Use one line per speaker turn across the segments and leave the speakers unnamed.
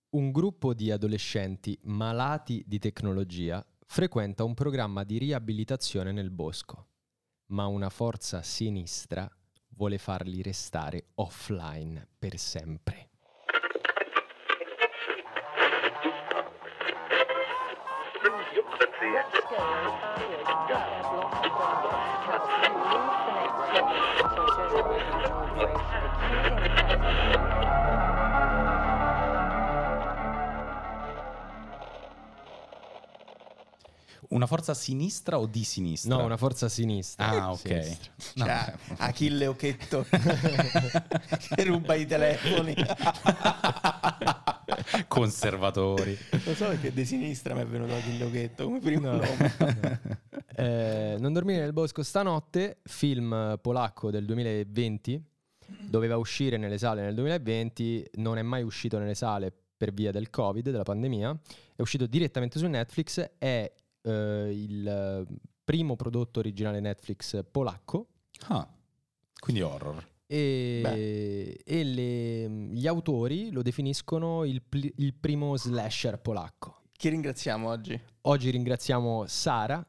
Un gruppo di adolescenti malati di tecnologia frequenta un programma di riabilitazione nel bosco, ma una forza sinistra vuole farli restare offline per sempre.
Una forza a sinistra o di sinistra?
No, una forza sinistra.
Ah, ok.
Sinistra.
No,
Cioè, Achille Occhetto che ruba i telefoni.
Conservatori.
Lo so perché di sinistra mi è venuto Achille Occhetto come primo
No.
nome.
Non dormire nel bosco stanotte, film polacco del 2020, doveva uscire nelle sale nel 2020, non è mai uscito nelle sale per via del Covid, della pandemia, è uscito direttamente su Netflix, è il primo prodotto originale Netflix polacco.
Ah, quindi horror.
E gli autori lo definiscono il primo slasher polacco.
Chi ringraziamo oggi?
Oggi ringraziamo Sara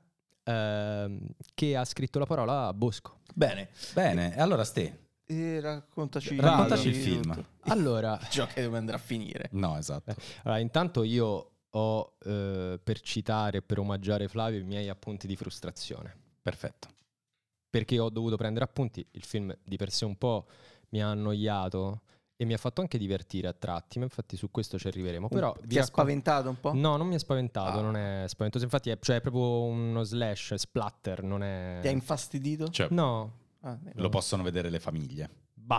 che ha scritto la parola a Bosco.
Bene.
Bene, e allora
Raccontaci
il film.
tutto.
Allora,
Ciò che dove andrà a finire.
No, esatto.
allora, intanto io ho per citare e per omaggiare Flavio i miei appunti di frustrazione,
Perfetto.
perché ho dovuto prendere appunti. Il film di per sé un po' mi ha annoiato e mi ha fatto anche divertire a tratti, ma infatti su questo ci arriveremo. Però
Ti ha spaventato un po'?
No, non mi ha spaventato, non è spaventoso, infatti è proprio uno slash, splatter, non è...
Ti ha infastidito?
Cioè,
No,
lo possono vedere le famiglie.
bah,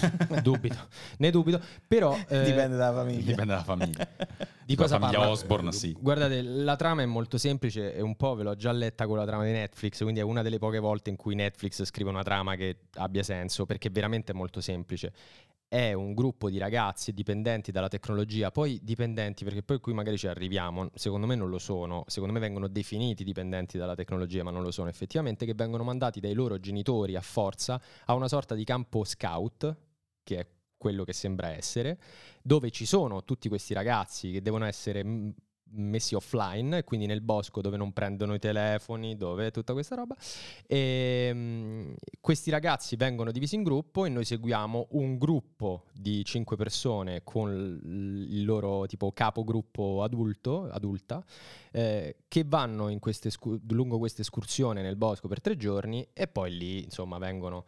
ne dubito, però...
Dipende dalla famiglia.
Dipende dalla famiglia.
Di
La
cosa
famiglia
parla?
Osborne, sì.
Guardate, la trama è molto semplice e un po' ve l'ho già letta con la trama di Netflix, quindi è una delle poche volte in cui Netflix scrive una trama che abbia senso, perché veramente è molto semplice. È un gruppo di ragazzi dipendenti dalla tecnologia, poi dipendenti, perché poi qui magari ci arriviamo, secondo me non lo sono, secondo me vengono definiti dipendenti dalla tecnologia, ma non lo sono effettivamente, che vengono mandati dai loro genitori a forza a una sorta di campo scout, che è quello che sembra essere, dove ci sono tutti questi ragazzi che devono essere messi offline, quindi nel bosco dove non prendono i telefoni, dove tutta questa roba. E questi ragazzi vengono divisi in gruppo e noi seguiamo un gruppo di 5 persone con il loro tipo capogruppo adulta, che vanno in lungo questa escursione nel bosco per 3 giorni e poi lì insomma vengono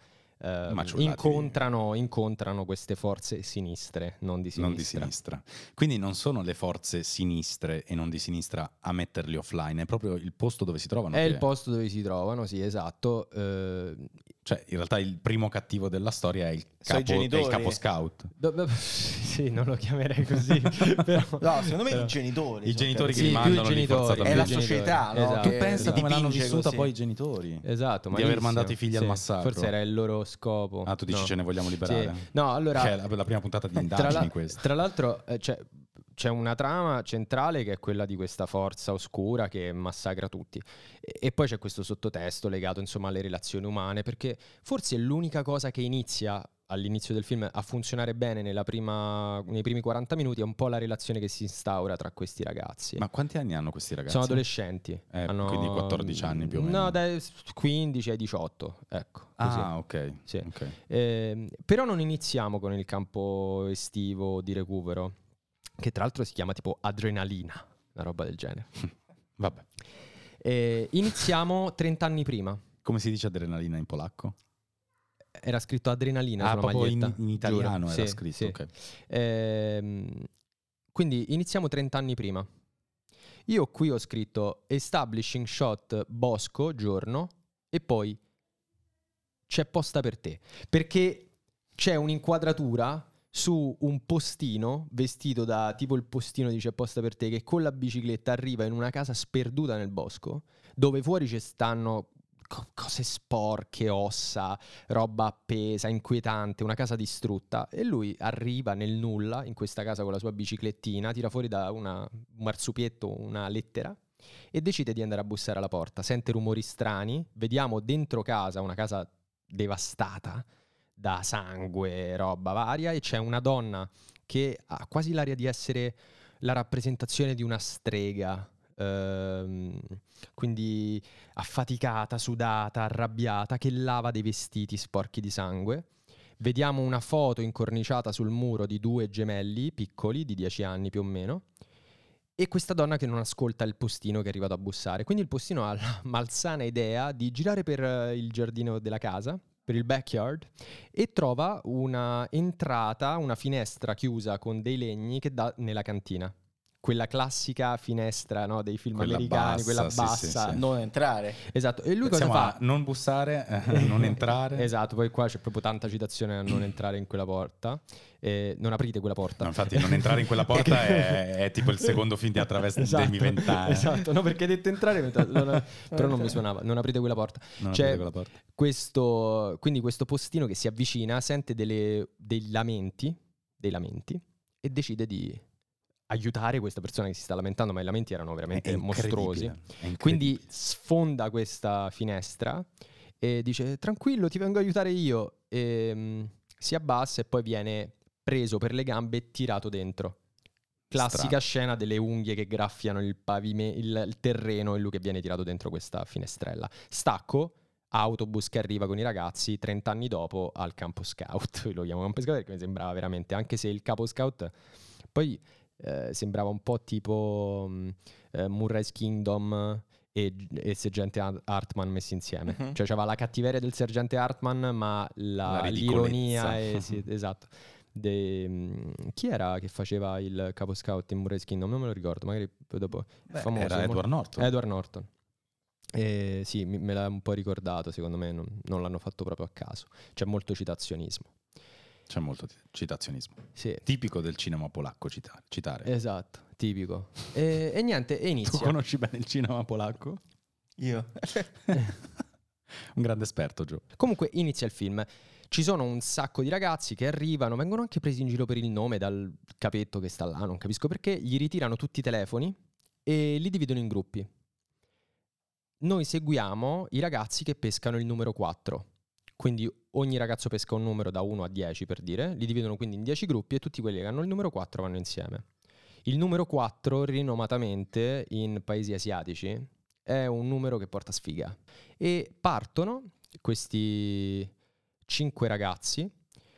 incontrano queste forze sinistre, non di sinistra.
Non di sinistra. Quindi non sono le forze sinistre e non di sinistra a metterli offline, è proprio il posto dove si trovano.
È il posto dove si trovano, sì, esatto.
Cioè, in realtà il primo cattivo della storia è il capo scout.
Sì, non lo chiamerei così. Però,
no, secondo me i genitori.
I genitori che
sì,
li mandano
più
lì forzatamente.
È la società, no?
Esatto,
Tu pensa come l'hanno vissuta
così.
poi i genitori?
Esatto,
di aver mandato i figli al massacro.
Forse era il loro scopo.
Ah, tu dici
no.
ce ne vogliamo liberare?
Sì. No, allora,
che è la prima puntata di indagini questa.
Tra l'altro c'è una trama centrale che è quella di questa forza oscura che massacra tutti e poi c'è questo sottotesto legato insomma alle relazioni umane, perché forse l'unica cosa che inizia all'inizio del film a funzionare bene nei primi 40 minuti è un po' la relazione che si instaura tra questi ragazzi.
Ma quanti anni hanno questi ragazzi?
Sono adolescenti.
Quindi 14 anni più o meno.
No, dai 15 ai 18, ecco. Così.
Ah, ok.
Sì.
Okay.
Però non iniziamo con il campo estivo di recupero, che tra l'altro si chiama tipo Adrenalina, una roba del genere.
Vabbè.
Iniziamo 30 anni prima.
Come si dice adrenalina in polacco?
Era scritto Adrenalina sulla
proprio
maglietta.
in italiano
giuro.
era
Sì,
scritto,
sì.
ok.
Quindi iniziamo 30 anni prima. Io qui ho scritto establishing shot bosco, giorno, e poi c'è posta per te. Perché c'è un'inquadratura su un postino vestito da tipo il postino di C'è posta per te, che con la bicicletta arriva in una casa sperduta nel bosco, dove fuori ci stanno cose sporche, ossa, roba appesa, inquietante, una casa distrutta, e lui arriva nel nulla in questa casa con la sua biciclettina, tira fuori da un marsupietto una lettera e decide di andare a bussare alla porta. Sente rumori strani, vediamo dentro casa, una casa devastata da sangue, roba varia, e c'è una donna che ha quasi l'aria di essere la rappresentazione di una strega, quindi affaticata, sudata, arrabbiata, che lava dei vestiti sporchi di sangue. Vediamo una foto incorniciata sul muro di 2 gemelli piccoli, di 10 anni più o meno, e questa donna che non ascolta il postino che è arrivato a bussare. Quindi il postino ha la malsana idea di girare per il giardino della casa, per il backyard, e trova una entrata, una finestra chiusa con dei legni che dà nella cantina. Quella classica finestra, no, dei film
Quella
americani,
bassa,
quella
sì,
bassa.
sì, sì.
Non entrare.
Esatto. E lui
Pensiamo
cosa
a
fa?
non bussare, non entrare.
Esatto, poi qua c'è proprio tanta citazione a non entrare in quella porta. Non aprite quella porta.
No, infatti non entrare in quella porta è tipo il secondo film di Attraverso dei 20 anni.
Esatto, no, perché hai detto entrare, però non mi suonava. Non aprite quella porta.
Non
C'è
aprite quella porta.
quindi questo postino che si avvicina, sente dei lamenti e decide di aiutare questa persona che si sta lamentando, ma i lamenti erano veramente mostruosi.
È incredibile.
Quindi sfonda questa finestra e dice: tranquillo, ti vengo a aiutare io. E si abbassa e poi viene preso per le gambe e tirato dentro. Classica scena delle unghie che graffiano il terreno, e lui che viene tirato dentro questa finestrella. Stacco, autobus che arriva con i ragazzi 30 anni dopo al campo scout. Io lo chiamo campo scout perché mi sembrava veramente, anche se il capo scout poi sembrava un po' tipo Murray's Kingdom e Sergente Hartman messi insieme. Cioè c'aveva la cattiveria del Sergente Hartman, ma l'ironia sì, esatto. Chi era che faceva il capo scout in Murray's Kingdom? Non me lo ricordo, magari poi dopo. Famoso,
era Edward Norton.
Edward Norton. Sì, me l'ha un po' ricordato, secondo me non l'hanno fatto proprio a caso. C'è molto citazionismo.
C'è molto citazionismo.
Sì.
Tipico del cinema polacco citare.
Esatto, tipico. E niente, e inizia.
Tu conosci bene il cinema polacco?
Io.
Un grande esperto, Gio.
Comunque inizia il film. Ci sono un sacco di ragazzi che arrivano, vengono anche presi in giro per il nome dal capetto che sta là, non capisco perché, gli ritirano tutti i telefoni e li dividono in gruppi. Noi seguiamo i ragazzi che pescano il numero 4. Quindi ogni ragazzo pesca un numero da 1 a 10, per dire, li dividono quindi in 10 gruppi e tutti quelli che hanno il numero 4 vanno insieme. Il numero 4, rinomatamente in paesi asiatici, è un numero che porta sfiga. E partono questi 5 ragazzi,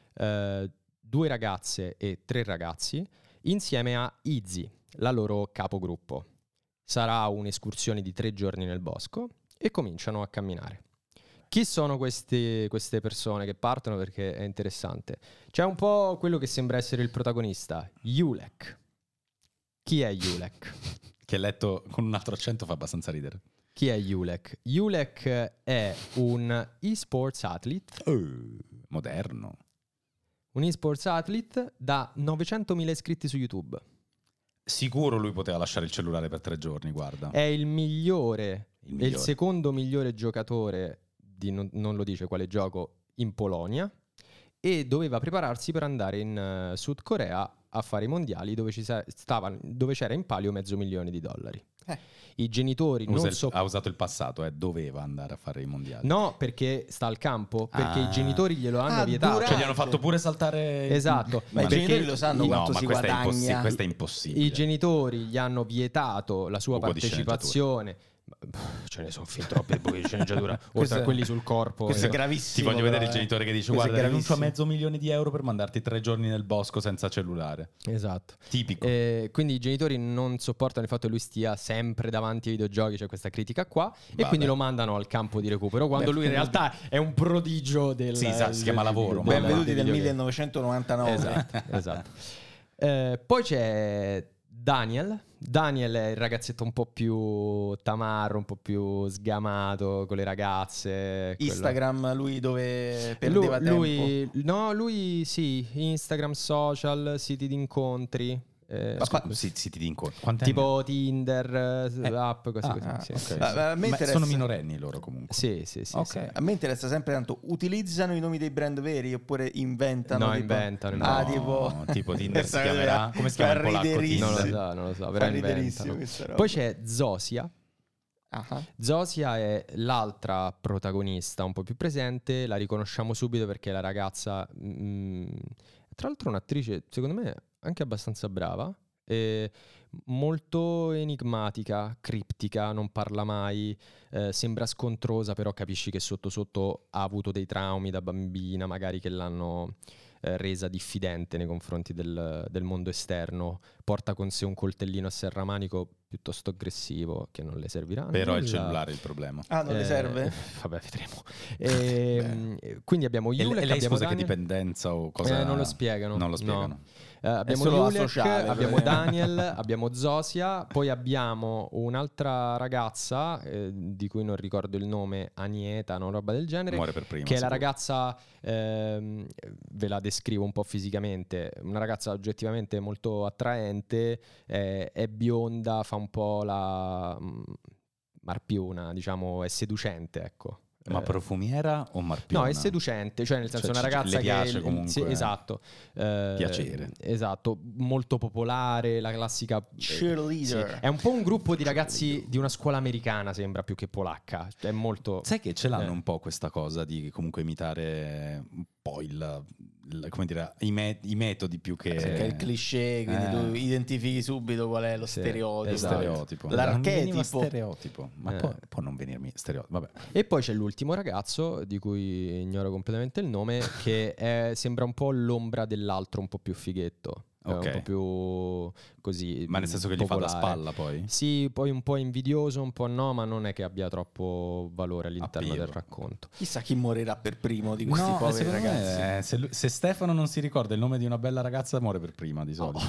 2 ragazze e 3 ragazzi, insieme a Izzy, la loro capogruppo. Sarà un'escursione di 3 giorni nel bosco e cominciano a camminare. Chi sono queste persone che partono? Perché è interessante. C'è un po' quello che sembra essere il protagonista, Julek. Chi è Julek?
Che letto con un altro accento fa abbastanza ridere.
Chi è Julek? Julek è un eSports athlete.
Moderno.
Un eSports athlete da 900.000 iscritti su YouTube.
Sicuro lui poteva lasciare il cellulare per 3 giorni, guarda.
È il migliore. È il secondo migliore giocatore non lo dice quale gioco, in Polonia, e doveva prepararsi per andare in Sud Corea a fare i mondiali dove c'era in palio $500,000. I genitori
ha usato il passato, doveva andare a fare i mondiali.
No, perché sta al campo, perché i genitori glielo hanno vietato.
Cioè gli hanno fatto pure saltare.
Esatto.
Ma i genitori lo sanno quanto si guadagna.
Questa è impossibile.
I genitori gli hanno vietato la sua partecipazione. Ce ne sono fin troppi di sceneggiatura, oltre a quelli sul corpo.
Questo è gravissimo.
Ti voglio vedere il genitore che dice: guarda, rinuncio a $500,000 per mandarti 3 giorni nel bosco senza cellulare.
Esatto.
Tipico.
Quindi i genitori non sopportano il fatto che lui stia sempre davanti ai videogiochi, c'è questa critica qua, e quindi lo mandano al campo di recupero, quando lui in realtà è un prodigio del...
Sì, si chiama lavoro.
Benvenuti del 1999.
Esatto. Poi c'è Daniel è il ragazzetto un po' più tamarro, un po' più sgamato con le ragazze.
Instagram, lui dove perdeva tempo?
No, lui sì, Instagram, social, siti di incontri.
Siti di incontri.
Tipo Tinder, app, così. Sì.
Okay. Ma sono minorenni loro comunque.
Sì.
Okay. A me interessa sempre tanto, utilizzano i nomi dei brand veri oppure inventano?
No, inventano.
Tipo Tinder si chiamerà. Come si chiama in polacco Tinder?
Non lo so, però inventano. Poi c'è Zosia. Zosia è l'altra protagonista un po' più presente, la riconosciamo subito perché la ragazza, tra l'altro un'attrice secondo me anche abbastanza brava, Molto enigmatica, criptica, non parla mai, sembra scontrosa, però capisci che sotto sotto ha avuto dei traumi da bambina, magari che l'hanno resa diffidente nei confronti del mondo esterno. Porta con sé un coltellino a serramanico piuttosto aggressivo che non le servirà a
Però il
nulla.
cellulare è il problema.
Ah, non le serve?
Vabbè, vedremo. Quindi abbiamo Julek,
e lei
abbiamo
scusa che
Daniel.
dipendenza o cosa?
Non lo spiegano.
Non lo spiegano.
Abbiamo
solo la
Julek,
sociale,
abbiamo
praticamente.
Daniel, abbiamo Zosia, poi abbiamo un'altra ragazza di cui non ricordo il nome, Anieta, una roba del genere,
Muore per prima.
che è la
sicuro.
ragazza, ve la descrivo un po' fisicamente, una ragazza oggettivamente molto attraente, è bionda, fa un po' la marpiona, diciamo, è seducente, ecco.
Ma profumiera o marpiona?
No, è seducente, cioè nel senso
Cioè,
una ragazza
le piace
che
comunque
sì, esatto,
piacere.
esatto, molto popolare, la classica
Cheerleader.
sì. È un po' un gruppo di ragazzi di una scuola americana, sembra, più che polacca, cioè, è molto
Sai che ce l'hanno un po' questa cosa di comunque imitare un po' come dire, i metodi più che...
Perché è il cliché, quindi tu identifichi subito qual è lo
Sì,
stereotipo.
esatto.
stereotipo.
L'archetipo.
Non veniva stereotipo. Ma può non venirmi stereotipo. Vabbè.
E poi c'è l'ultimo ragazzo, di cui ignoro completamente il nome, che sembra un po' l'ombra dell'altro, un po' più fighetto.
Ok.
Un po' più così.
Ma nel senso che gli fa da
popolare.
spalla poi?
Sì, poi un po' invidioso, un po' no, ma non è che abbia troppo valore all'interno
Appeal.
del racconto.
Chissà chi morirà per primo di questi
No,
poveri
secondo
ragazzi.
me, se Stefano non si ricorda il nome di una bella ragazza muore per prima di solito.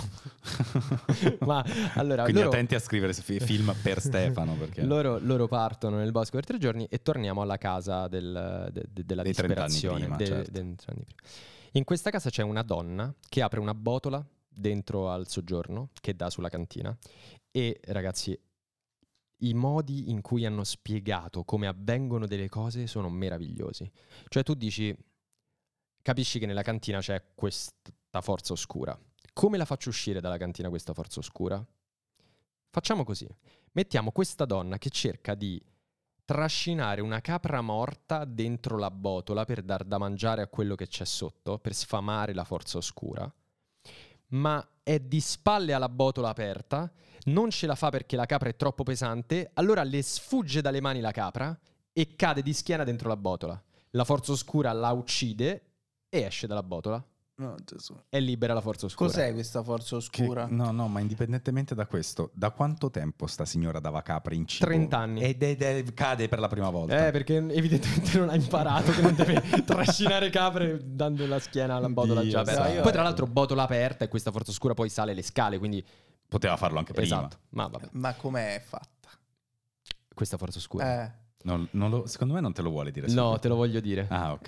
Ma allora,
Quindi
loro,
attenti a scrivere film per Stefano perché
loro partono nel bosco per 3 giorni e torniamo alla casa della
Dei 30 anni
disperazione.
prima, certo.
30 anni prima. In questa casa c'è una donna che apre una botola dentro al soggiorno che dà sulla cantina e ragazzi, i modi in cui hanno spiegato come avvengono delle cose sono meravigliosi. Cioè tu capisci che nella cantina c'è questa forza oscura. Come la faccio uscire dalla cantina questa forza oscura? Facciamo così. Mettiamo questa donna che cerca di trascinare una capra morta dentro la botola per dar da mangiare a quello che c'è sotto, per sfamare la forza oscura, ma è di spalle alla botola aperta, non ce la fa perché la capra è troppo pesante, allora le sfugge dalle mani la capra e cade di schiena dentro la botola. La forza oscura la uccide e esce dalla botola.
No, Gesù.
E libera la forza oscura.
Cos'è questa forza oscura?
No, ma indipendentemente da questo, da quanto tempo sta signora dava capre in cibo?
30 anni.
Ed cade per la prima volta.
Perché evidentemente non ha imparato che non deve trascinare capre dando la schiena alla botola
Dio
già aperta.
santo.
Poi tra l'altro botola aperta e questa forza oscura poi sale le scale, quindi
Poteva farlo anche prima.
esatto. Ma vabbè,
Ma com'è fatta?
questa forza oscura.
Secondo me non te lo vuole dire
No,
subito.
te lo voglio dire.
Ah, ok.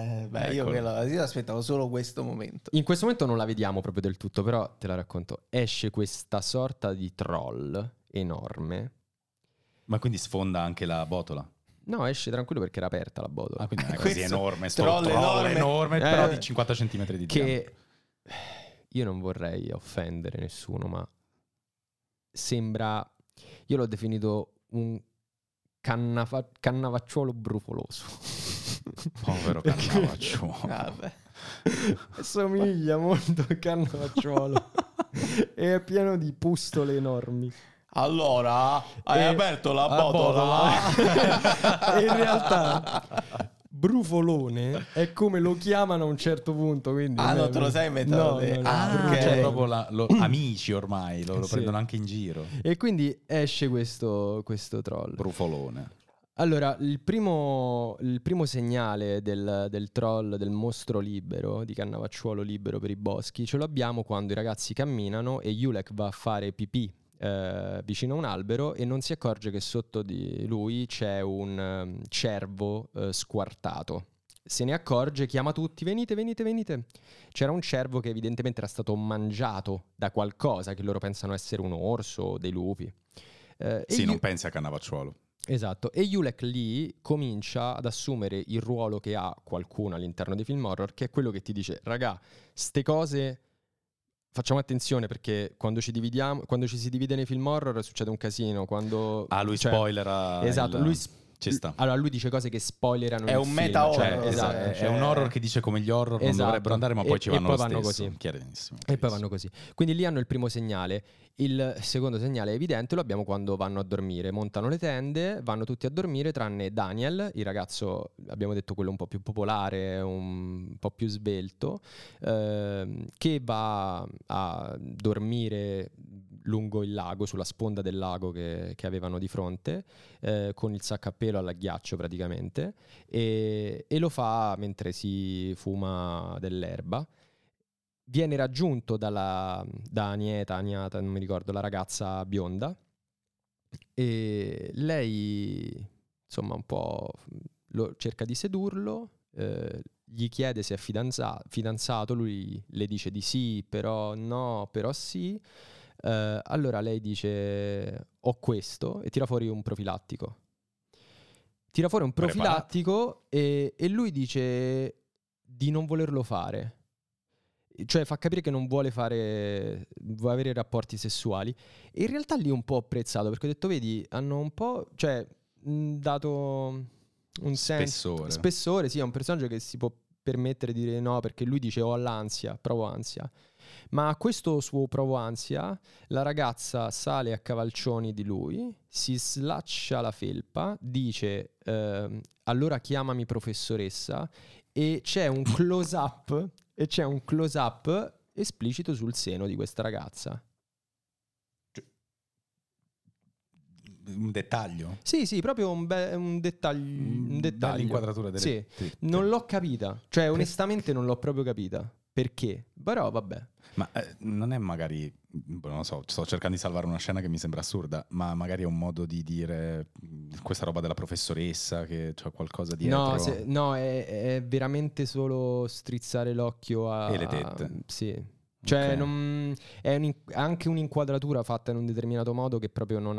Io aspettavo solo questo momento.
In questo momento non la vediamo proprio del tutto, però te la racconto. Esce questa sorta di troll enorme.
Ma quindi sfonda anche la botola?
No, esce tranquillo perché era aperta la botola.
Ah, quindi non è
Questo
così enorme,
troll enorme.
però di 50 cm di diametro.
Che io non vorrei offendere nessuno, ma sembra, io l'ho definito un cannavacciuolo brufoloso.
Povero cannavacciuolo.
Vabbè.
Somiglia molto al cannavacciuolo e è pieno di pustole enormi.
Allora, hai aperto la botola?
E in realtà brufolone è come lo chiamano a un certo punto, quindi
Non te lo sei inventato te?
no.
Ok.
Cioè proprio amici ormai, lo
Sì.
prendono anche in giro.
E quindi esce questo troll.
Brufolone.
Allora, il primo segnale del troll, del mostro libero, di Cannavacciuolo libero per i boschi, ce lo abbiamo quando i ragazzi camminano e Julek va a fare pipì vicino a un albero e non si accorge che sotto di lui c'è un cervo squartato. Se ne accorge, chiama tutti, venite. C'era un cervo che evidentemente era stato mangiato da qualcosa che loro pensano essere un orso o dei lupi.
Sì, non pensi a Cannavacciuolo.
Esatto, e Julek lì comincia ad assumere il ruolo che ha qualcuno all'interno dei film horror, che è quello che ti dice, raga, ste cose facciamo attenzione perché quando ci si divide nei film horror succede un casino, quando
lui spoilera
esatto, lui
Ci sta.
Allora lui dice cose che spoilerano
È
il
un
film,
meta
cioè,
horror.
esatto.
È un horror che dice come gli horror non
Esatto.
dovrebbero andare, ma poi ci vanno
e poi
lo
vanno
stesso.
così.
Chiarissimo.
E poi vanno così. Quindi lì hanno il primo segnale. Il secondo segnale evidente lo abbiamo quando vanno a dormire. Montano le tende, vanno tutti a dormire tranne Daniel, il ragazzo, abbiamo detto quello un po' più popolare, un po' più svelto, che va a dormire lungo il lago, sulla sponda del lago che avevano di fronte, con il sacco a pelo alla ghiaccio praticamente, e lo fa mentre si fuma dell'erba. Viene raggiunto da Agnata, non mi ricordo, la ragazza bionda, e lei, insomma, un po' cerca di sedurlo, gli chiede se è fidanzato, lui le dice di sì, però no, però sì. Allora lei dice ho questo e tira fuori un profilattico. Tira fuori un profilattico e lui dice di non volerlo fare. Cioè fa capire che non vuole avere rapporti sessuali. E in realtà lì un po' ho apprezzato, perché ho detto, vedi, hanno un po', cioè, dato un spessore, sì, a un personaggio che si può permettere di dire no, perché lui dice ho l'ansia, provo ansia. Ma a questo suo provo ansia, la ragazza sale a cavalcioni di lui, si slaccia la felpa, dice allora chiamami professoressa, e c'è un close-up esplicito sul seno di questa ragazza.
Un dettaglio?
Sì, proprio un dettaglio.
Dall'inquadratura delle...
Sì, non l'ho capita. Cioè, onestamente non l'ho proprio capita. Perché? Però, vabbè.
Ma non è magari... non lo so, sto cercando di salvare una scena che mi sembra assurda, ma magari è un modo di dire questa roba della professoressa, che c'è qualcosa dietro.
No, è veramente solo strizzare l'occhio a...
E le tette.
Sì. Cioè,
Ok.
è anche un'inquadratura fatta in un determinato modo che proprio non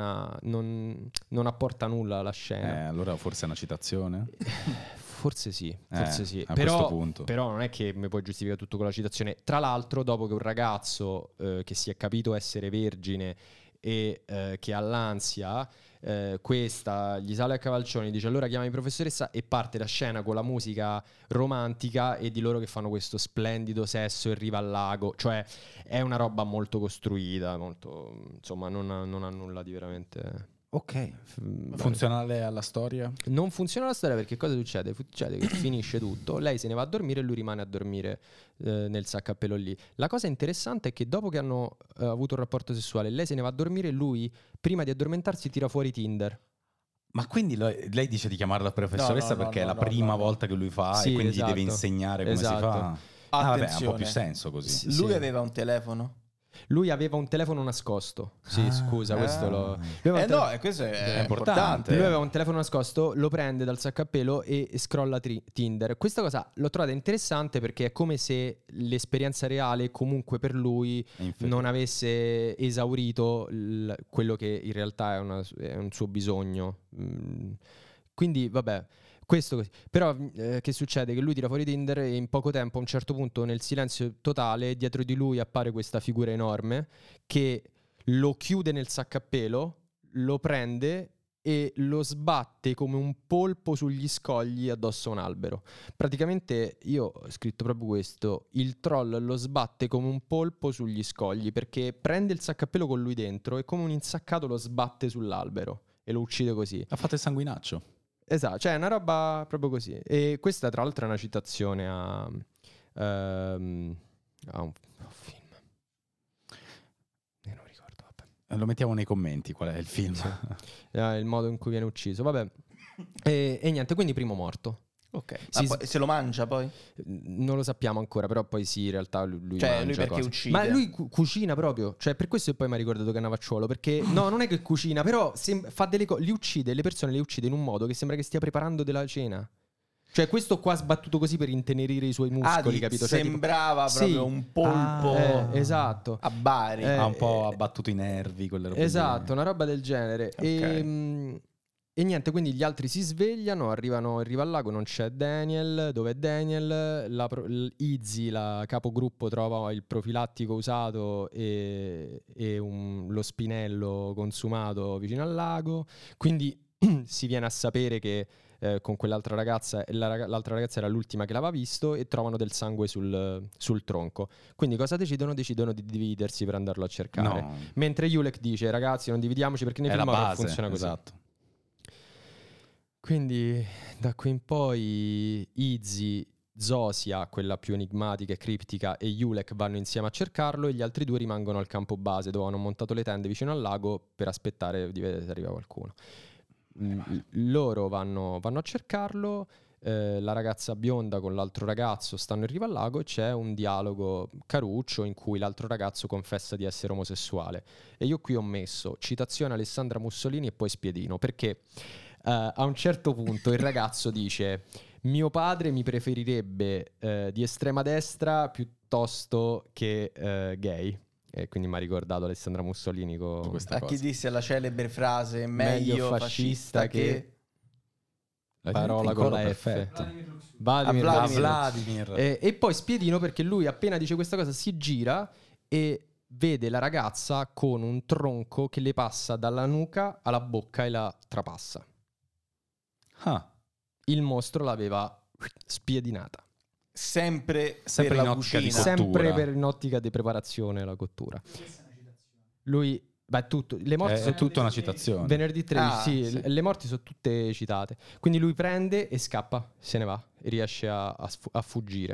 apporta nulla alla scena.
Allora forse è una citazione?
Forse sì.
A
Però,
questo punto.
però non è che mi puoi giustificare tutto con la citazione. Tra l'altro, dopo che un ragazzo che si è capito essere vergine e che ha l'ansia, questa gli sale a cavalcioni, dice allora chiamami professoressa, e parte la scena con la musica romantica e di loro che fanno questo splendido sesso in riva al lago. Cioè è una roba molto costruita, molto, insomma, non ha nulla di veramente...
Ok. Funzionale alla storia?
Non funziona la storia, perché cosa succede? Succede che finisce tutto, lei se ne va a dormire e lui rimane a dormire nel sacco a pelo lì. La cosa interessante è che dopo che hanno avuto un rapporto sessuale, lei se ne va a dormire e lui, prima di addormentarsi, tira fuori Tinder.
Ma quindi lei dice di chiamarla professoressa perché è la prima volta che lui fa,
Sì,
e quindi
esatto.
gli deve insegnare come si fa?
Attenzione.
Vabbè, ha un po' più senso così.
Lui aveva un telefono?
Lui aveva un telefono nascosto. Sì, scusa, questo lo...
questo è
importante.
Lui aveva un telefono nascosto, lo prende dal sacco a pelo e scrolla Tinder. Questa cosa l'ho trovata interessante perché è come se l'esperienza reale comunque per lui non avesse esaurito quello che in realtà è un suo bisogno. Quindi, vabbè. Questo così. Però che succede? Che lui tira fuori Tinder e in poco tempo, a un certo punto, nel silenzio totale, dietro di lui appare questa figura enorme che lo chiude nel sacco a pelo, lo prende e lo sbatte come un polpo sugli scogli addosso a un albero. Praticamente io ho scritto proprio questo: il troll lo sbatte come un polpo sugli scogli, perché prende il sacco a pelo con lui dentro e come un insaccato lo sbatte sull'albero e lo uccide così.
Ha fatto il sanguinaccio.
Esatto, cioè è una roba proprio così. E questa tra l'altro è una citazione a un film. Io non ricordo, vabbè.
Lo mettiamo nei commenti qual è il film.
Sì. Il modo in cui viene ucciso, vabbè. E niente, quindi primo morto.
Ok.
Sì,
poi, se lo mangia poi?
Non lo sappiamo ancora, però poi sì, in realtà lui
cioè
mangia
lui perché
cose.
uccide?
Ma lui cucina proprio, cioè per questo poi mi ha ricordato che è Navacciuolo, perché no, non è che cucina, però fa delle cose, li uccide, le persone le uccide in un modo che sembra che stia preparando della cena. Cioè questo qua sbattuto così per intenerire i suoi muscoli, capito? Cioè,
sembrava proprio un polpo.
Esatto.
A Bari.
Ha un po' abbattuto i nervi, quelle robe.
Esatto, una roba del genere.
Ok.
E niente, quindi gli altri si svegliano, arrivano in riva al lago, non c'è Daniel. Dov'è Daniel? Izzy, la capogruppo, trova il profilattico usato e lo spinello consumato vicino al lago. Quindi si viene a sapere che con quell'altra ragazza, e l'altra ragazza era l'ultima che l'aveva visto, e trovano del sangue sul tronco. Quindi cosa decidono? Decidono di dividersi per andarlo a cercare.
No,
Mentre Julek dice: ragazzi, non dividiamoci, perché nei
è la
film horror
base.
funziona così.
Esatto.
Quindi da qui in poi Izzy, Zosia, quella più enigmatica e criptica, e Julek vanno insieme a cercarlo, e gli altri due rimangono al campo base, dove hanno montato le tende vicino al lago per aspettare di vedere se arriva qualcuno. Loro vanno a cercarlo, la ragazza bionda con l'altro ragazzo stanno in riva al lago, e c'è un dialogo caruccio in cui l'altro ragazzo confessa di essere omosessuale. E io qui ho messo citazione Alessandra Mussolini e poi spiedino, perché a un certo punto il ragazzo dice: mio padre mi preferirebbe di estrema destra piuttosto che gay. E quindi mi ha ricordato Alessandra Mussolini con
questa
A chi
cosa.
disse la celebre frase meglio fascista che...
parola con la F.
perfetto.
Vladimir.
A
Vladimir.
E poi spiedino, perché lui appena dice questa cosa si gira e vede la ragazza con un tronco che le passa dalla nuca alla bocca e la trapassa.
Ah,
Il mostro l'aveva spiedinata.
Sempre
Sempre
per
in
la
ottica di
cucina.
cottura.
Sempre per in ottica di preparazione alla cottura. Lui, beh, tutto, le morti
è
sono
tutta una citazione.
venerdì 13,
Ah,
sì,
sì.
le morti sono tutte citate. Quindi lui prende e scappa, se ne va e riesce a fuggire.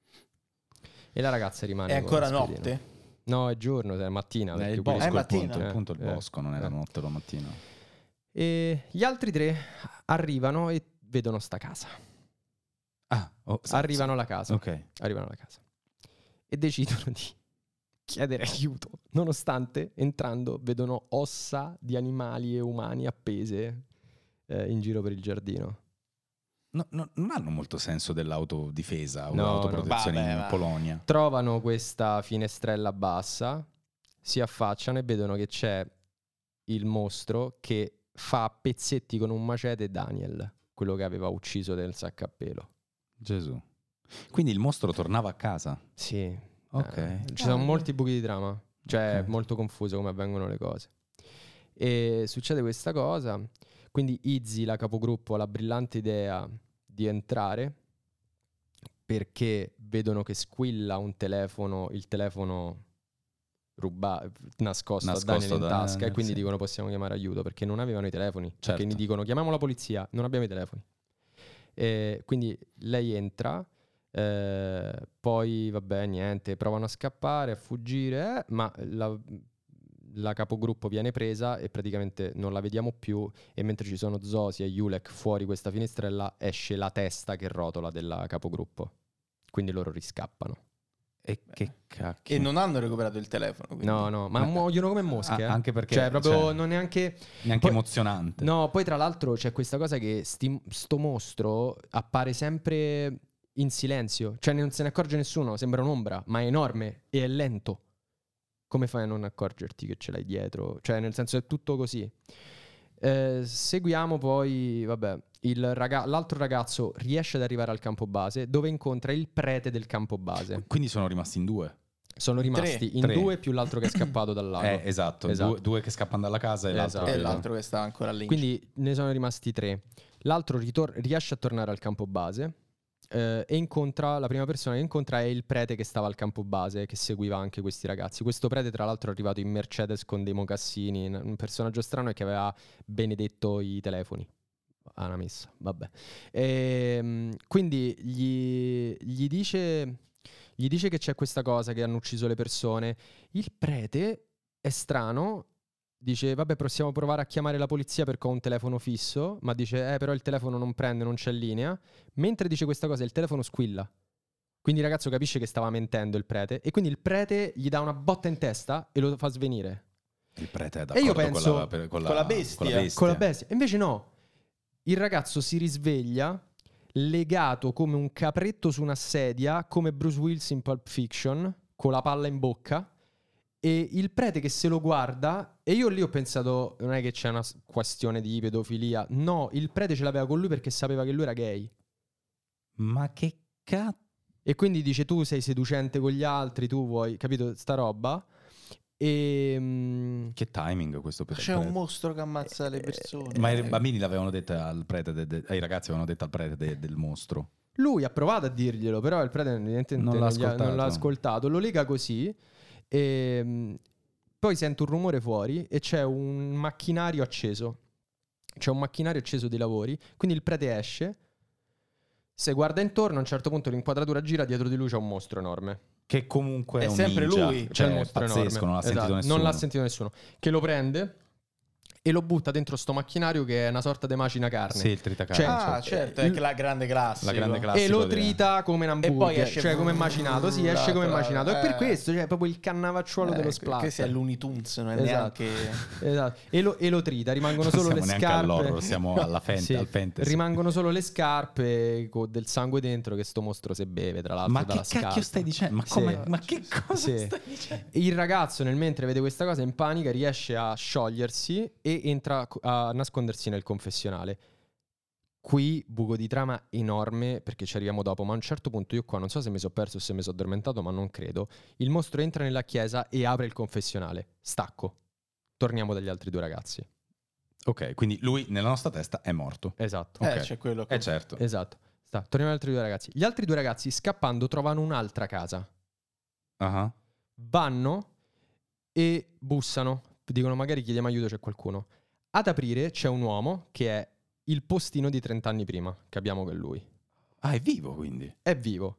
E la ragazza rimane.
È ancora
con spiedino.
notte?
No, è giorno, è mattina.
È
perché
il
quelli
bosco,
è
sono-
mattina.
il punto è il
Eh,
bosco, non è la
eh.
notte o la mattina.
E gli altri tre arrivano e vedono sta casa.
Ah,
Arrivano alla casa.
Ok.
Arrivano alla casa. E decidono di chiedere aiuto. Nonostante, entrando, vedono ossa di animali e umani appese in giro per il giardino.
Non hanno molto senso dell'autodifesa o
No,
l'autoprotezione
no.
in
Vabbè,
Polonia.
Trovano questa finestrella bassa, si affacciano e vedono che c'è il mostro che fa a pezzetti con un macete Daniel, quello che aveva ucciso del sacco a pelo.
Gesù. Quindi il mostro tornava a casa.
Sì.
Ok.
Ci sono molti buchi di trama, cioè
Ok.
è molto confuso come avvengono le cose. E succede questa cosa, quindi Izzy, la capogruppo, ha la brillante idea di entrare perché vedono che squilla un telefono, il telefono nascosto a Daniel in
da
tasca, e
Daniel,
quindi
sì.
dicono possiamo chiamare aiuto, perché non avevano i telefoni,
Certo.
perché gli dicono chiamiamo la polizia, non abbiamo i telefoni. E quindi lei entra, poi vabbè niente, provano a scappare, a fuggire, ma la capogruppo viene presa e praticamente non la vediamo più, e mentre ci sono Zosia e Julek fuori questa finestrella esce la testa che rotola della capogruppo, quindi loro riscappano.
E che cacchio.
E non hanno recuperato il telefono. quindi.
No, ma muoiono come mosche,
Anche perché
cioè proprio
cioè,
non neanche
neanche
poi-
emozionante.
No, poi tra l'altro c'è questa cosa che sto mostro appare sempre in silenzio, cioè non se ne accorge nessuno, sembra un'ombra, ma è enorme e è lento. Come fai a non accorgerti che ce l'hai dietro? Cioè, nel senso, è tutto così. Seguiamo poi, vabbè, l'altro ragazzo riesce ad arrivare al campo base, dove incontra il prete del campo base.
Quindi sono rimasti in due.
Sono rimasti in
Tre.
due più l'altro che è scappato dal lago.
Esatto.
Esatto.
Due che scappano dalla casa e l'altro
Esatto.
E
che-
l'altro che sta ancora lì.
Quindi ne sono rimasti tre. L'altro riesce a tornare al campo base e incontra, la prima persona che incontra è il prete che stava al campo base, che seguiva anche questi ragazzi. Questo prete tra l'altro è arrivato in Mercedes con dei mocassini, un personaggio strano, e che aveva benedetto i telefoni a una messa, vabbè. Quindi gli dice che c'è questa cosa, che hanno ucciso le persone. Il prete è strano. Dice, vabbè, possiamo provare a chiamare la polizia perché ho un telefono fisso, ma dice, però il telefono non prende, non c'è linea. Mentre dice questa cosa, il telefono squilla. Quindi il ragazzo capisce che stava mentendo il prete, e quindi il prete gli dà una botta in testa e lo fa svenire.
Il prete è
E io
d'accordo
penso-
con la bestia.
Con la bestia. Invece no, il ragazzo si risveglia legato come un capretto su una sedia, come Bruce Willis in Pulp Fiction, con la palla in bocca. E il prete che se lo guarda, e io lì ho pensato, non è che c'è una questione di pedofilia. No, il prete ce l'aveva con lui perché sapeva che lui era gay.
Ma che cazzo?
E quindi dice, tu sei seducente con gli altri, tu vuoi, capito, sta roba? E
Che timing questo per
C'è un mostro che ammazza le persone.
Ma i bambini l'avevano detta al prete, ai ragazzi avevano detto al prete del mostro.
lui ha provato a dirglielo, però il prete evidentemente
Non l'ha
l'ha ascoltato. Lo lega così e poi sente un rumore fuori e c'è un macchinario acceso. C'è un macchinario acceso di lavori, quindi il prete esce, se guarda intorno, a un certo punto l'inquadratura gira, dietro di lui c'è un mostro enorme.
Che comunque
È
un
sempre
ninja.
lui.
C'è
Cioè,
il mostro
pazzesco,
enorme.
non l'ha sentito
Esatto,
nessuno.
Non l'ha sentito nessuno. Che lo prende e lo butta dentro sto macchinario che è una sorta di macina carne.
Sì, il tritacarne.
Ah, certo, è la grande classico.
La grande
E
classico
lo
di-
trita come un
E poi
hamburger,
esce
cioè come macinato. Sì, esce come macinato. E per
eh.
questo, cioè, proprio il cannavacciuolo dello splatter.
Questo è Looney Tunes, non è
Esatto.
neanche...
Esatto. E lo trita, rimangono
Non
solo le
siamo neanche all'horror,
scarpe.
siamo alla
Sì,
al fantasy.
rimangono solo le scarpe con del sangue dentro che sto mostro se beve, tra l'altro.
Ma
dalla
che cacchio
scarpa.
stai dicendo? Ma,
Sì.
come, ma che cosa
Sì.
stai dicendo?
Il ragazzo nel mentre vede questa cosa in panica riesce a sciogliersi e entra a nascondersi nel confessionale. Qui buco di trama enorme perché ci arriviamo dopo, ma a un certo punto io qua non so se mi sono perso o se mi sono addormentato, ma non credo. Il mostro entra nella chiesa e apre il confessionale. Stacco. Torniamo dagli altri due ragazzi.
Ok, quindi lui nella nostra testa è morto.
Esatto.
Ok.
C'è quello che...
Certo.
Esatto. Torniamo agli altri due ragazzi. Gli altri due ragazzi scappando trovano un'altra casa.
Ah.
Vanno e bussano. Dicono magari chiediamo aiuto, c'è qualcuno. Ad aprire c'è un uomo che è il postino di 30 anni prima. Capiamo che è lui.
Ah, è vivo quindi.
È vivo.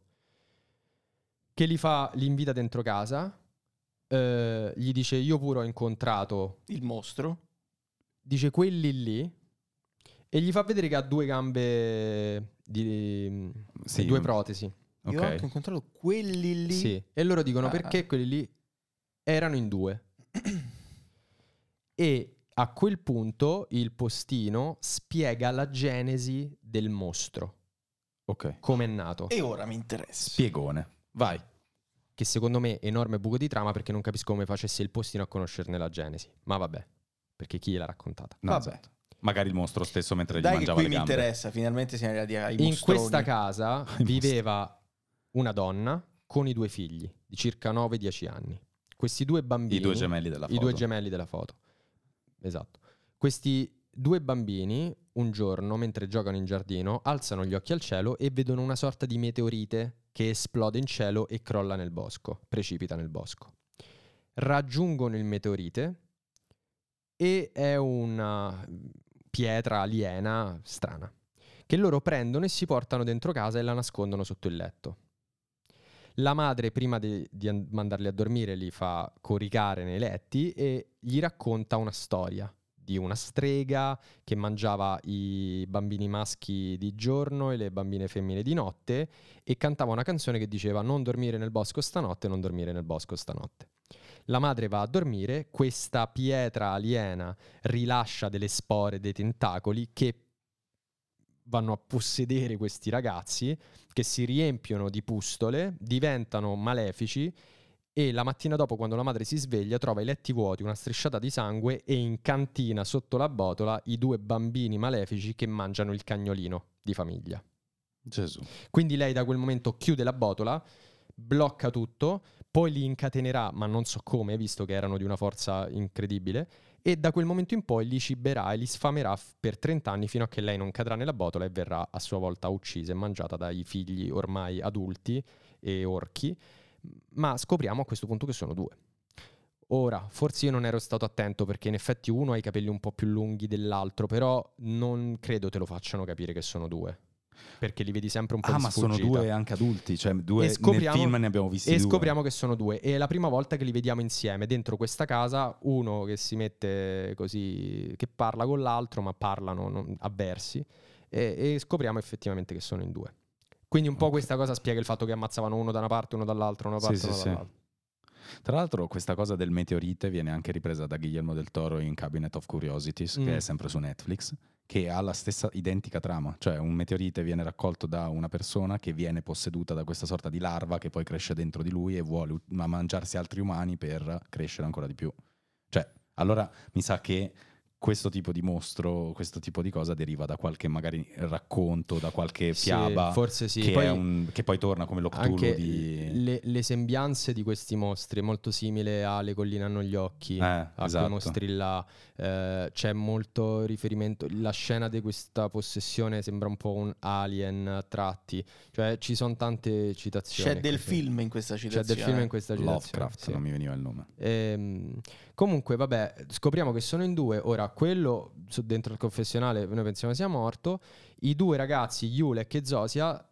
Che li invita dentro casa. Gli dice io pure ho incontrato.
Il mostro.
Dice quelli lì. E gli fa vedere che ha due gambe
Sì.
due protesi.
Io ho
Ok.
anche incontrato quelli lì.
Sì. E loro dicono
Ah.
perché quelli lì erano in due. E a quel punto il postino spiega la genesi del mostro.
Ok.
Come è nato.
E ora mi interessa.
Spiegone. Vai.
Che secondo me è enorme buco di trama perché non capisco come facesse il postino a conoscerne la genesi. Ma vabbè, perché chi gliel'ha raccontata?
No,
Vabbè.
esatto. Magari il mostro stesso mentre gli
Dai che
mangiava
qui
le
mi
gambe.
interessa. Finalmente siamo arrivati ai
In
mostroni.
questa casa viveva una donna con i due figli di circa 9-10 anni. Questi due bambini...
I due gemelli della foto.
I due gemelli della foto. Esatto. Questi due bambini, un giorno, mentre giocano in giardino, alzano gli occhi al cielo e vedono una sorta di meteorite che esplode in cielo e crolla nel bosco, precipita nel bosco. Raggiungono il meteorite e è una pietra aliena strana che loro prendono e si portano dentro casa e la nascondono sotto il letto. La madre, prima di mandarli a dormire, li fa coricare nei letti e gli racconta una storia di una strega che mangiava i bambini maschi di giorno e le bambine femmine di notte e cantava una canzone che diceva non dormire nel bosco stanotte, non dormire nel bosco stanotte. La madre va a dormire, questa pietra aliena rilascia delle spore, dei tentacoli che vanno a possedere questi ragazzi che si riempiono di pustole, diventano malefici e la mattina dopo quando la madre si sveglia trova i letti vuoti, una strisciata di sangue e in cantina sotto la botola i due bambini malefici che mangiano il cagnolino di famiglia.
Gesù.
Quindi lei da quel momento chiude la botola, blocca tutto, poi li incatenerà, ma non so come, visto che erano di una forza incredibile, e da quel momento in poi li ciberà e li sfamerà per 30 anni fino a che lei non cadrà nella botola e verrà a sua volta uccisa e mangiata dai figli ormai adulti e orchi. Ma scopriamo a questo punto che sono due. Ora, forse io non ero stato attento perché in effetti uno ha i capelli un po' più lunghi dell'altro, però non credo te lo facciano capire che sono due. Perché li vedi sempre un po' di
Ma
sfuggita.
sono due anche adulti, cioè due
E scopriamo-
nel film ne abbiamo visti
E
due.
scopriamo che sono due. E è la prima volta che li vediamo insieme dentro questa casa. Uno che si mette così, che parla con l'altro, ma parlano a versi. E scopriamo effettivamente che sono in due. Quindi un po'
Ok.
questa cosa spiega il fatto che ammazzavano uno da una parte, uno dall'altra, una parte,
Sì,
uno
sì,
dall'altra.
Tra l'altro questa cosa del meteorite viene anche ripresa da Guillermo del Toro in Cabinet of Curiosities, che è sempre su Netflix, che ha la stessa identica trama, cioè un meteorite viene raccolto da una persona che viene posseduta da questa sorta di larva che poi cresce dentro di lui e vuole mangiarsi altri umani per crescere ancora di più. Cioè, allora mi sa che questo tipo di mostro, questo tipo di cosa deriva da qualche magari racconto, da qualche fiaba,
forse sì.
che,
Poi
che poi torna come lo Cthulhu
anche
di...
le sembianze di questi mostri è molto simile a Le colline hanno gli occhi, a quei
esatto.
mostri là. C'è molto riferimento, la scena di questa possessione sembra un po' un Alien a tratti, cioè ci sono tante citazioni.
C'è del film in questa citazione.
C'è del film in questa citazione.
Lovecraft,
sì.
non mi veniva il nome.
Comunque vabbè, scopriamo che sono in due. Ora quello dentro il confessionale noi pensiamo sia morto. I due ragazzi, Julek e Zosia,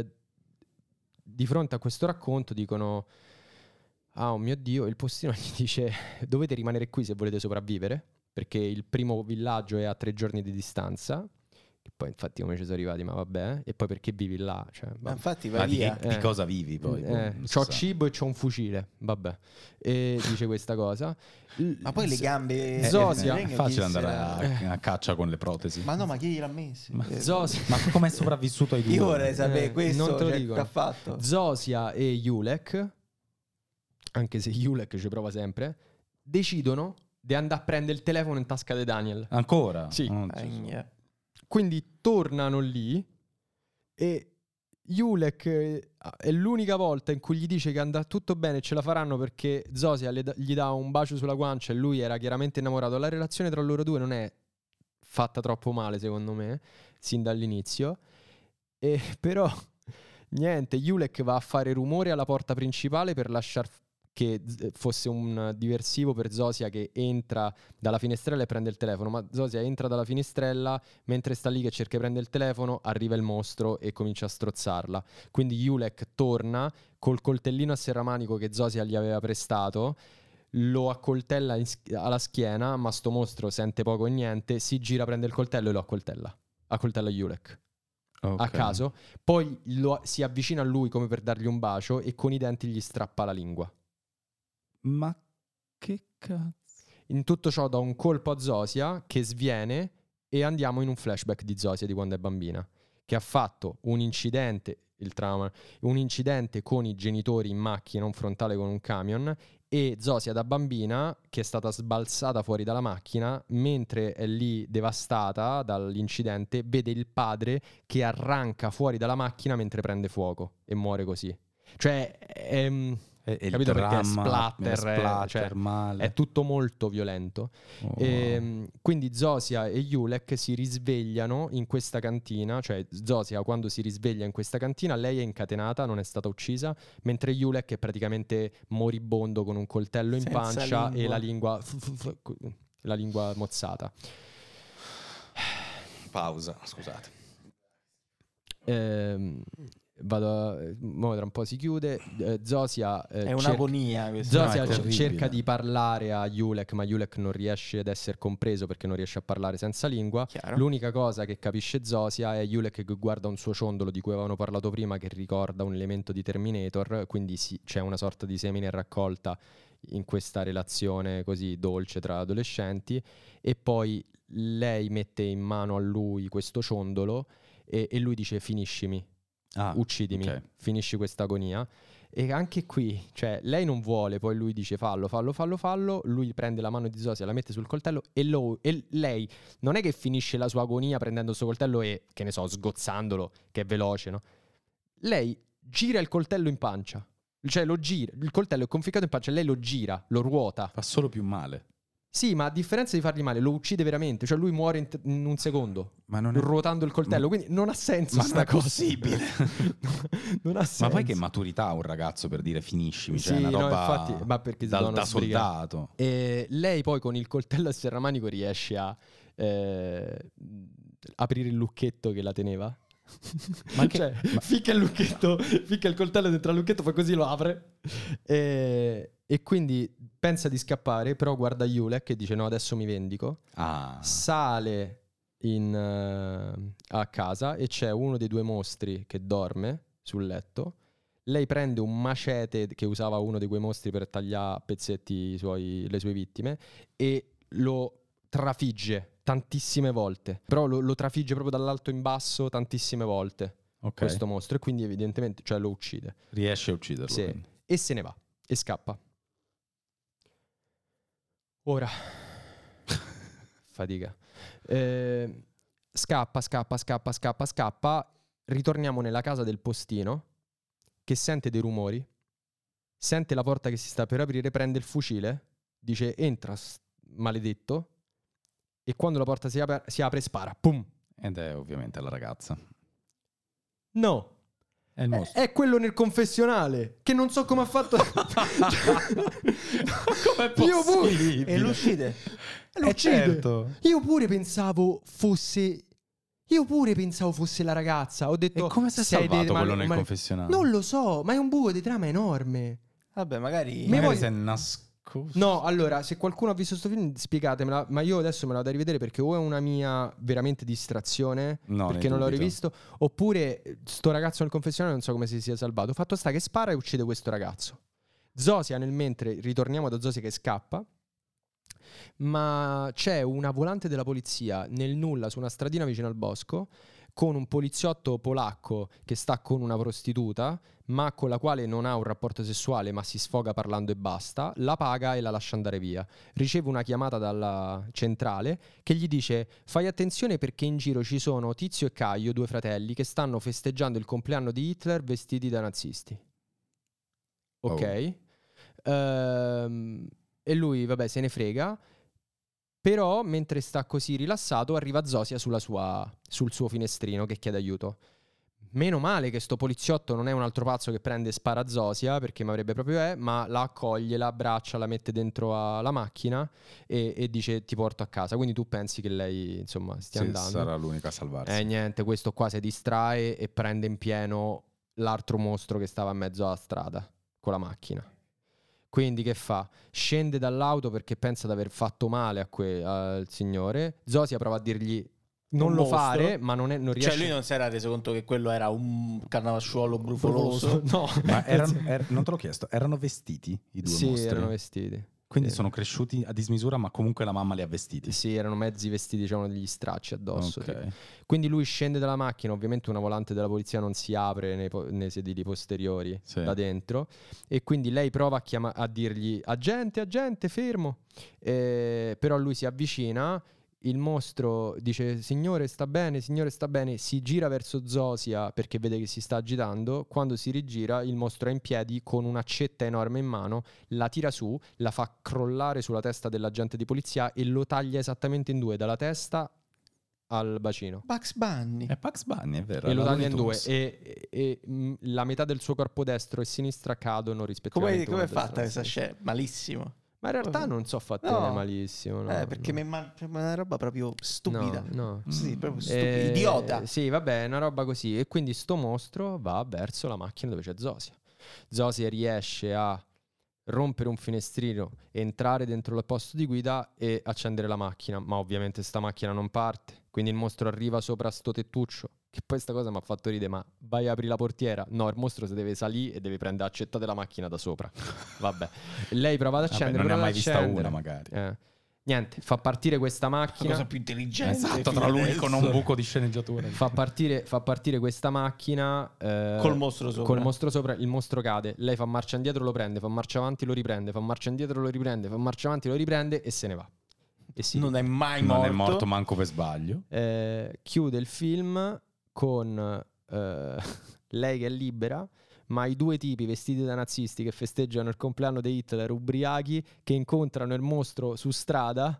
di fronte a questo racconto dicono: ah, oh mio Dio, il postino gli dice: dovete rimanere qui se volete sopravvivere, perché il primo villaggio è a 3 giorni di distanza. Che poi infatti come ci sono arrivati, ma vabbè. E poi perché vivi là? Cioè,
ma infatti vai via.
Di cosa vivi poi?
C'ho cibo e c'ho un fucile, vabbè. E dice questa cosa.
Ma poi le gambe...
Zosia
è facile andare a caccia con le protesi.
Ma no, ma chi gliel'ha messo?
Ma come è sopravvissuto ai due?
Io vorrei sapere questo,
non te lo
cioè,
dico.
che ha fatto.
Zosia e Julek, anche se Julek ci prova sempre, decidono di andare a prendere il telefono in tasca di Daniel.
Ancora?
Sì.
Quindi
Quindi tornano lì e Julek è l'unica volta in cui gli dice che andrà tutto bene, ce la faranno, perché Zosia gli dà un bacio sulla guancia e lui era chiaramente innamorato. La relazione tra loro due non è fatta troppo male, secondo me, sin dall'inizio. E però niente, Julek va a fare rumore alla porta principale per lasciar che fosse un diversivo per Zosia, che entra dalla finestrella e prende il telefono. Ma Zosia entra dalla finestrella, mentre sta lì che cerca di prendere il telefono arriva il mostro e comincia a strozzarla. Quindi Julek torna col coltellino a serramanico che Zosia gli aveva prestato, lo accoltella alla schiena, ma sto mostro sente poco e niente, si gira, prende il coltello e lo accoltella Julek.
Okay.
A caso. Poi si avvicina a lui come per dargli un bacio e con i denti gli strappa la lingua.
Ma che cazzo?
In tutto ciò dà un colpo a Zosia che sviene e andiamo in un flashback di Zosia di quando è bambina, che ha fatto un incidente, il trauma, un incidente con i genitori in macchina, un frontale con un camion, e Zosia da bambina che è stata sbalzata fuori dalla macchina, mentre è lì devastata dall'incidente, vede il padre che arranca fuori dalla macchina mentre prende fuoco e muore così. Cioè capito, perché è splatter, cioè,
male.
è tutto molto violento. Quindi Zosia e Julek si risvegliano in questa cantina, cioè Zosia quando si risveglia in questa cantina lei è incatenata, non è stata uccisa, mentre Julek è praticamente moribondo con un coltello in
Senza
pancia
lingua.
e la lingua mozzata.
Pausa, scusate.
Mo tra un po' si chiude. Zosia
è un'agonia questa.
Zosia
No, è terribile.
cerca di parlare a Julek, ma Julek non riesce ad essere compreso perché non riesce a parlare senza lingua.
Chiaro.
L'unica cosa che capisce Zosia è Julek che guarda un suo ciondolo di cui avevano parlato prima, che ricorda un elemento di Terminator, quindi c'è una sorta di semine raccolta in questa relazione così dolce tra adolescenti. E poi lei mette in mano a lui questo ciondolo e lui dice: finiscimi, uccidimi,
ok.
finisci questa agonia. E anche qui, cioè, lei non vuole, poi lui dice fallo, lui prende la mano di Zosia, la mette sul coltello e lei non è che finisce la sua agonia prendendo il suo coltello e, che ne so, sgozzandolo, che è veloce, no? Lei gira il coltello in pancia, cioè lo gira, il coltello è conficcato in pancia, lei lo gira, lo ruota.
Fa solo più male.
Sì, ma a differenza di fargli male, lo uccide veramente. Cioè lui muore in un secondo,
Ma non è...
ruotando il coltello. Quindi non ha senso.
Ma
sta
non è
cosa.
possibile.
Non ha senso.
Ma poi che maturità ha un ragazzo per dire finiscimi, cioè
Sì,
una
no,
roba
infatti, ma perché si devono
da
sbrigare.
soldato.
E lei poi con il coltello a serramanico riesce a aprire il lucchetto che la teneva.
Ma
cioè, ficca il coltello dentro al lucchetto, poi così lo apre. E quindi pensa di scappare, però guarda Julek e dice: no, adesso mi vendico. Sale a casa e c'è uno dei due mostri che dorme sul letto. Lei prende un macete che usava uno di quei mostri per tagliare a pezzetti le sue vittime e lo trafigge tantissime volte. Però lo trafigge proprio dall'alto in basso tantissime volte, questo mostro, e quindi evidentemente, cioè, lo uccide.
Riesce a ucciderlo.
Sì. E se ne va e scappa. Ora fatica. Scappa. Ritorniamo nella casa del postino che sente dei rumori, sente la porta che si sta per aprire, prende il fucile, dice entra maledetto, e quando la porta si apre spara, pum.
Ed è ovviamente la ragazza.
No,
È il mostro.
è quello nel confessionale, che non so come ha fatto.
Com'è
Io pure.
E lo uccide.
certo.
Io pure pensavo fosse la ragazza. Ho detto,
E come si è salvato quello nel confessionale?
Non lo so, ma è un buco di trama enorme.
Vabbè, magari...
Magari si è nascosto.
No, allora, se qualcuno ha visto questo film, spiegatemela, ma io adesso me la vado a rivedere perché o è una mia veramente distrazione,
No,
perché
ne
non l'ho
dubito.
rivisto, oppure sto ragazzo nel confessionale non so come si sia salvato. Fatto sta che spara e uccide questo ragazzo. Zosia nel mentre, ritorniamo da Zosia che scappa, ma c'è una volante della polizia nel nulla su una stradina vicino al bosco con un poliziotto polacco che sta con una prostituta, ma con la quale non ha un rapporto sessuale, ma si sfoga parlando e basta, la paga e la lascia andare via. Riceve una chiamata dalla centrale che gli dice: fai attenzione perché in giro ci sono Tizio e Caio, 2 fratelli, che stanno festeggiando il compleanno di Hitler vestiti da nazisti. Ok? E lui, vabbè, se ne frega. Però, mentre sta così rilassato, arriva Zosia sul suo finestrino che chiede aiuto. Meno male che sto poliziotto non è un altro pazzo che prende e spara a Zosia, perché mi avrebbe proprio ma la accoglie, la abbraccia, la mette dentro alla macchina e dice ti porto a casa. Quindi tu pensi che lei, insomma, stia andando.
Sarà l'unica a salvarsi.
Niente, questo qua si distrae e prende in pieno l'altro mostro che stava in mezzo alla strada con la macchina. Quindi che fa? Scende dall'auto perché pensa di aver fatto male al signore. Zosia prova a dirgli non
Un
lo
mostro.
fare, ma non riesce.
Cioè lui non si era reso conto che quello era un cannavasciuolo brufoloso.
No.
Ma non te l'ho chiesto, erano vestiti i due
Sì,
mostri?
erano vestiti.
Quindi
Sì.
sono cresciuti a dismisura, ma comunque la mamma li ha vestiti?
Sì, erano mezzi vestiti, c'erano degli stracci addosso.
Ok.
Sì. Quindi lui scende dalla macchina, ovviamente una volante della polizia non si apre nei sedili posteriori da dentro, e quindi lei prova a dirgli agente, fermo, però lui si avvicina. Il mostro dice signore sta bene, si gira verso Zosia perché vede che si sta agitando. Quando si rigira il mostro è in piedi con un'accetta enorme in mano, la tira su, la fa crollare sulla testa dell'agente di polizia e lo taglia esattamente in 2 dalla testa al bacino.
Bugs Bunny.
È Bugs Bunny, è vero.
E lo taglia in 2 e la metà del suo corpo destro e sinistra cadono rispettivamente.
Come è fatta questa scena? Malissimo.
Ma in realtà non so fatte malissimo. No,
perché mi è una roba proprio stupida.
No.
Sì, proprio stupida. Idiota.
Sì, vabbè, è una roba così. E quindi sto mostro va verso la macchina dove c'è Zosia. Zosia riesce a rompere un finestrino, entrare dentro il posto di guida e accendere la macchina. Ma ovviamente sta macchina non parte. Quindi il mostro arriva sopra sto tettuccio. Che poi sta cosa mi ha fatto ridere, ma vai a apri la portiera. No, il mostro si deve salire e deve prendere accetta della macchina da sopra. Vabbè. Lei prova ad accendere.
Non ne ha mai
vista
una magari.
Niente, fa partire questa macchina.
La cosa più intelligente.
Esatto, tra l'unico non buco di sceneggiatura.
Fa partire questa macchina
col mostro sopra.
Il mostro cade. Lei fa marcia indietro, lo prende. Fa marcia avanti, lo riprende. Fa marcia indietro, lo riprende. Fa marcia avanti, lo riprende e se ne va.
Non è mai morto.
Non è morto manco per sbaglio.
Chiude il film con lei che è libera, ma i 2 tipi vestiti da nazisti che festeggiano il compleanno di Hitler ubriachi, che incontrano il mostro su strada.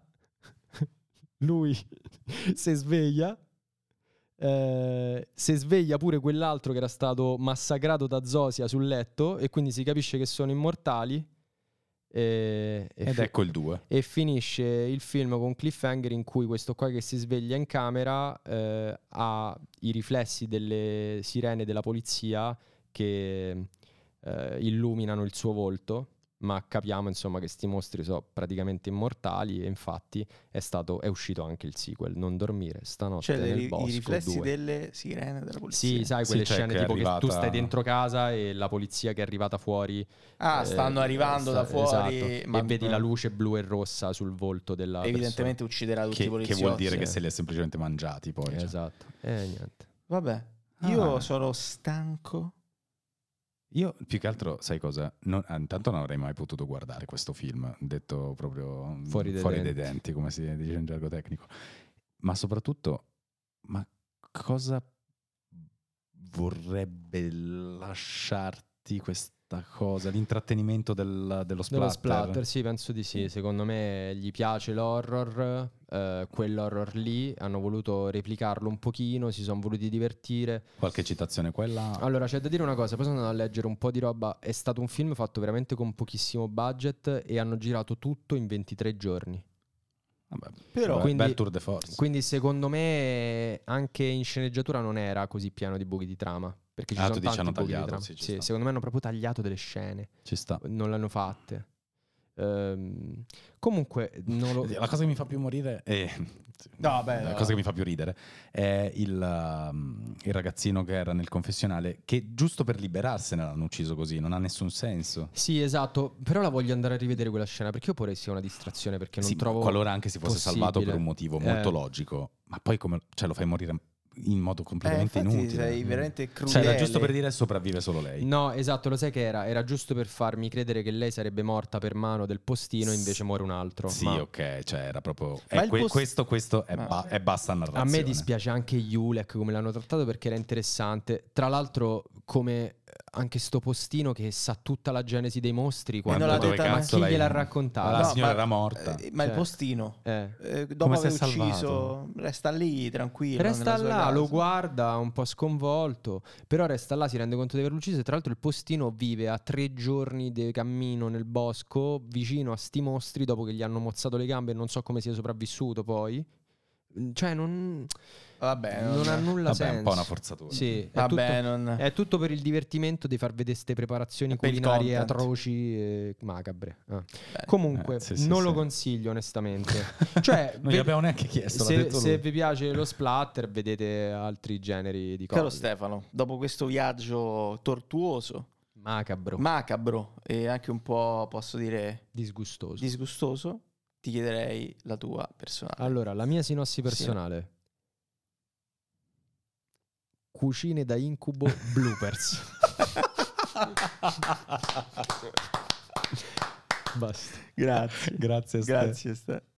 Lui si sveglia. Si sveglia pure quell'altro che era stato massacrato da Zosia sul letto, e quindi si capisce che sono immortali. Ed
ecco il 2.
E finisce il film con un cliffhanger in cui questo qua che si sveglia in camera ha i riflessi delle sirene della polizia che illuminano il suo volto, ma capiamo insomma che sti mostri sono praticamente immortali, e infatti è uscito anche il sequel, Non dormire stanotte nel bosco.
I riflessi
2.
delle sirene della polizia.
Sì, sai quelle scene
che
tipo
arrivata...
che tu stai dentro casa e la polizia che è arrivata fuori.
Stanno arrivando da fuori.
Esatto. E vedi la luce blu e rossa sul volto della
evidentemente
persona.
ucciderà tutti i poliziotti.
Che vuol dire che se li ha semplicemente mangiati poi.
Esatto. Niente.
Vabbè, io sono stanco
Io più che altro, sai cosa? Intanto non avrei mai potuto guardare questo film, detto proprio
Fuori dai
denti, come si dice in gergo tecnico. Ma soprattutto, ma cosa vorrebbe lasciarti questa cosa? L'intrattenimento dello splatter?
Dello splatter, sì, penso di sì. Secondo me gli piace l'horror, quell'horror lì, hanno voluto replicarlo un pochino, si sono voluti divertire.
Qualche citazione quella?
Allora, c'è da dire una cosa, poi sono andato a leggere un po' di roba, è stato un film fatto veramente con pochissimo budget e hanno girato tutto in 23 giorni.
Vabbè,
Però-
Quindi-
bel tour de force.
Quindi secondo me anche in sceneggiatura non era così pieno di buchi di trama, perché ci
Ah,
sono
tu dici
tanti
hanno
buchi di
tagliato,
trama.
sì, ci
Sì,
sta.
secondo me hanno proprio tagliato delle scene,
Ci sta.
non l'hanno fatte. Comunque non lo...
La cosa che mi fa più morire
No, beh,
la
no.
cosa che mi fa più ridere è il ragazzino che era nel confessionale, che giusto per liberarsene l'hanno ucciso così, non ha nessun senso.
Sì, esatto, però la voglio andare a rivedere quella scena perché io pure sia una distrazione, perché non
Sì, ma
trovo
qualora anche si fosse
possibile.
salvato per un motivo molto logico, ma poi come, cioè, lo fai morire in modo completamente
infatti
inutile.
sei veramente
Cioè,
crudele.
era giusto per dire sopravvive solo lei.
No, esatto, lo sai che era giusto per farmi credere che lei sarebbe morta per mano del postino, invece muore un altro.
Sì,
ma
ok, cioè era proprio...
Ma il
questo è,
Ma-
è bassa narrazione.
a me dispiace anche Julek come l'hanno trattato, perché era interessante. Tra l'altro, come anche sto postino che sa tutta la genesi dei mostri, quando
non l'ha
dove
detta-
ma
cazzo
chi
l'hai-
gliel'ha
Ma
raccontato?
la
No,
signora
ma-
era morta.
Ma il
Cioè,
postino, dopo
Come si è
aver ucciso,
salvato?
resta lì tranquillo.
Resta
nella sua
là,
casa.
lo guarda un po' sconvolto, però resta là, si rende conto di averlo ucciso. E tra l'altro il postino vive a 3 giorni di cammino nel bosco vicino a sti mostri dopo che gli hanno mozzato le gambe e non so come sia sopravvissuto poi. Cioè non
Vabbè,
non ha nulla
Vabbè,
senso.
un po' una forzatura.
Sì, è
Vabbè,
tutto,
non...
è tutto per il divertimento di far vedere queste preparazioni
Per il
culinarie
content.
atroci e macabre.
Beh,
Comunque,
sì,
non
sì,
lo
sì.
consiglio onestamente. Cioè,
Non gli abbiamo neanche chiesto, l'ha
se,
detto
se
lui.
vi piace lo splatter, vedete altri generi di cose.
Caro Stefano, dopo questo viaggio tortuoso, macabro e anche un po', posso dire,
Disgustoso.
disgustoso, ti chiederei la tua personale.
Allora, la mia sinossi personale. Cucine da incubo bloopers. Basta.
Grazie.
Grazie, Ste.
Grazie, Ste.